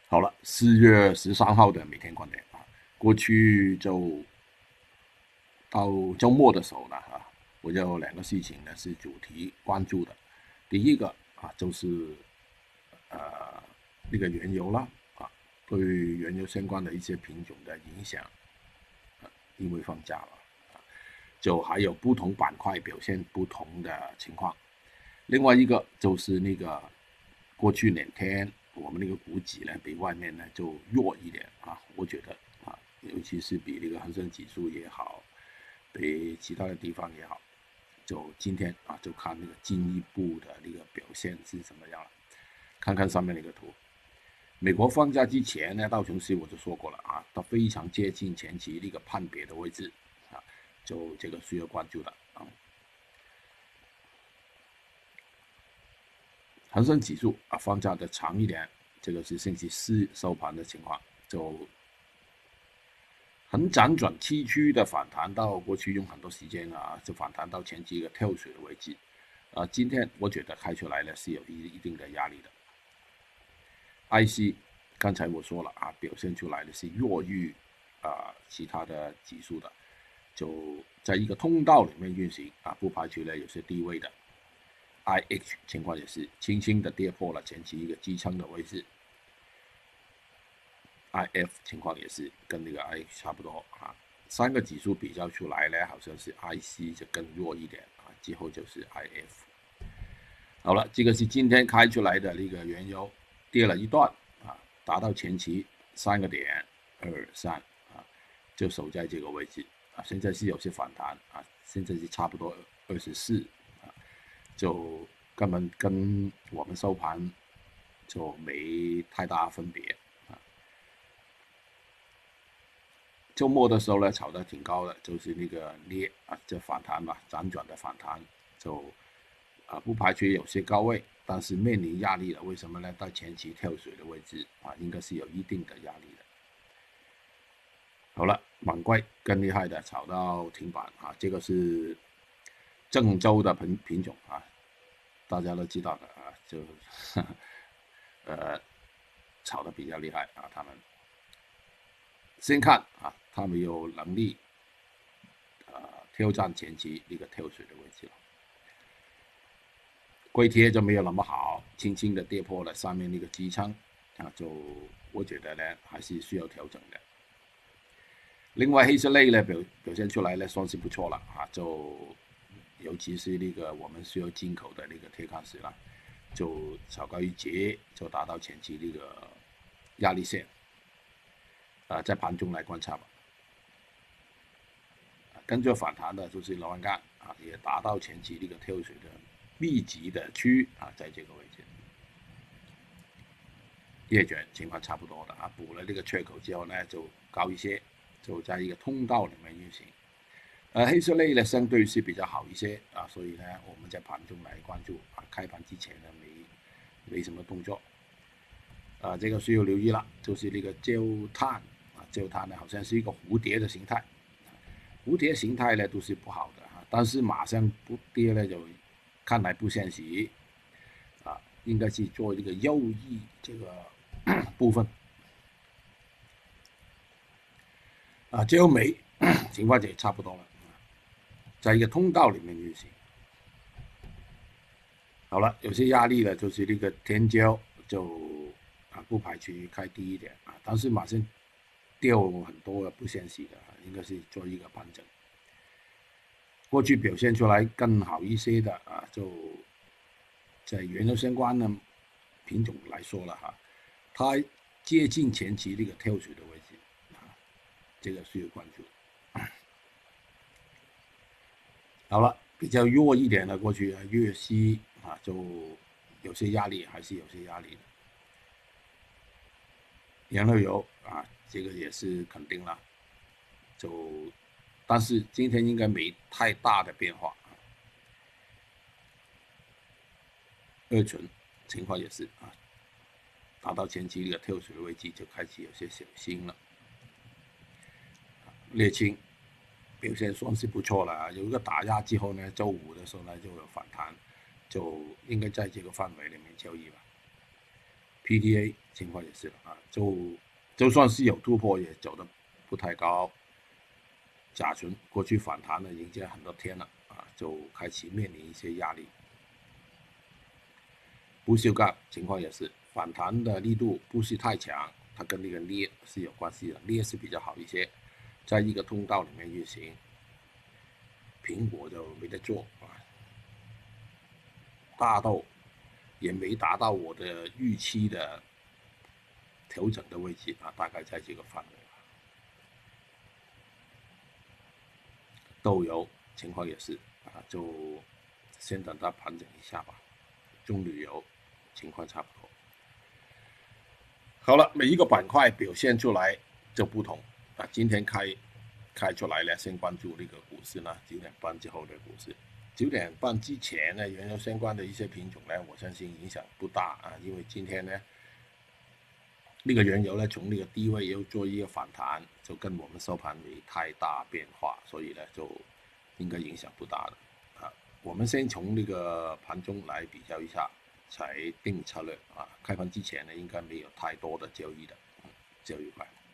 好了，4月13号的每天观点啊，过去就到周末的时候呢，我有两个事情呢是主题关注的。第一个就是那个原油啦对原油相关的一些品种的影响，因为放假了，就还有不同板块表现不同的情况。另外一个就是那个过去2天我们那个股指呢比外面呢就弱一点我觉得尤其是比那个恒生指数也好，比其他的地方也好，就今天就看那个进一步的那个表现是怎么样了。看看上面那个图，美国放假之前呢，道琼斯我就说过了它非常接近前期那个判别的位置就这个需要关注的恒生指数放假的长一点，这个是星期四收盘的情况，就很辗转崎岖的反弹到过去用很多时间就反弹到前期一个跳水的位置今天我觉得开出来呢是有一定的压力的。IC 刚才我说了表现出来的是弱于其他的指数的，就在一个通道里面运行不排除呢有些低位的。IH 情况也是轻轻的跌破了前期一个支撑的位置。IF 情况也是跟那个 IH 差不多三个指数比较出来呢，好像是 IC 就更弱一点之后就是 IF。好了，这个是今天开出来的那个原油跌了一段达到前期3.23就守在这个位置现在是有些反弹现在是差不多24就根本跟我们收盘就没太大分别周末的时候呢，炒得挺高的，就是那个捏这反弹吧，辗转的反弹，就不排除有些高位，但是面临压力了。为什么呢？到前期跳水的位置应该是有一定的压力的。好了，板块更厉害的炒到停板这个是郑州的品种大家都知道的就炒得比较厉害他们先看他们有能力挑战前期那个跳水的位置了。硅贴就没有那么好，轻轻的跌破了上面那个支撑就我觉得呢还是需要调整的。另外黑色类呢表现出来呢算是不错了就尤其是那个我们需要进口的那个铁矿石了，就小高一截就达到前期那个压力线在盘中来观察吧。跟着反弹的就是螺纹钢也达到前期那个跳水的密集的区域在这个位置。叶卷情况差不多的补了这个缺口之后呢，就高一些，就在一个通道里面运行。黑色类呢相对是比较好一些所以呢我们在盘中来关注开盘之前呢没什么动作这个需要留意了，就是那个焦炭焦炭呢好像是一个蝴蝶的形态，蝴蝶形态呢都是不好的但是马上不跌呢就看来不现实应该是做这个右翼这个部分焦煤情况也差不多了，在一个通道里面运行。好了，有些压力了，就是那个天胶就不排除开低一点但是马上掉很多不现实的应该是做一个盘整。过去表现出来更好一些的就在原油相关的品种来说了它接近前期那个跳水的位置这个需要关注。好了，比较弱一点的过去粤西就有些压力，还是有些压力的。原料油这个也是肯定了，就但是今天应该没太大的变化。二醇情况也是达到前期一个跳水的位置就开始有些小心了。沥青表现算是不错了有一个打压之后呢，周五的时候呢就有反弹，就应该在这个范围里面交易吧。PTA 情况也是啊，就算是有突破，也走得不太高。甲醇过去反弹了已经很多天了啊，就开始面临一些压力。不锈钢情况也是反弹的力度不是太强，它跟那个镍是有关系的，镍是比较好一些，在一个通道里面运行。苹果就没得做啊，大豆也没达到我的预期的调整的位置啊，大概在这个范围。豆油情况也是啊，就先等它盘整一下吧。棕榈油情况差不多。好了，每一个板块表现出来就不同啊。今天开出来呢，先关注那个股市呢，9点半之后的股市。9点半之前呢，原油相关的一些品种呢，我相信影响不大啊，因为今天呢，那个原油呢从那个低位又做一个反弹，就跟我们收盘没太大变化，所以呢就应该影响不大的啊。我们先从那个盘中来比较一下，才定策略啊。开盘之前呢，应该没有太多的交易的，交易块。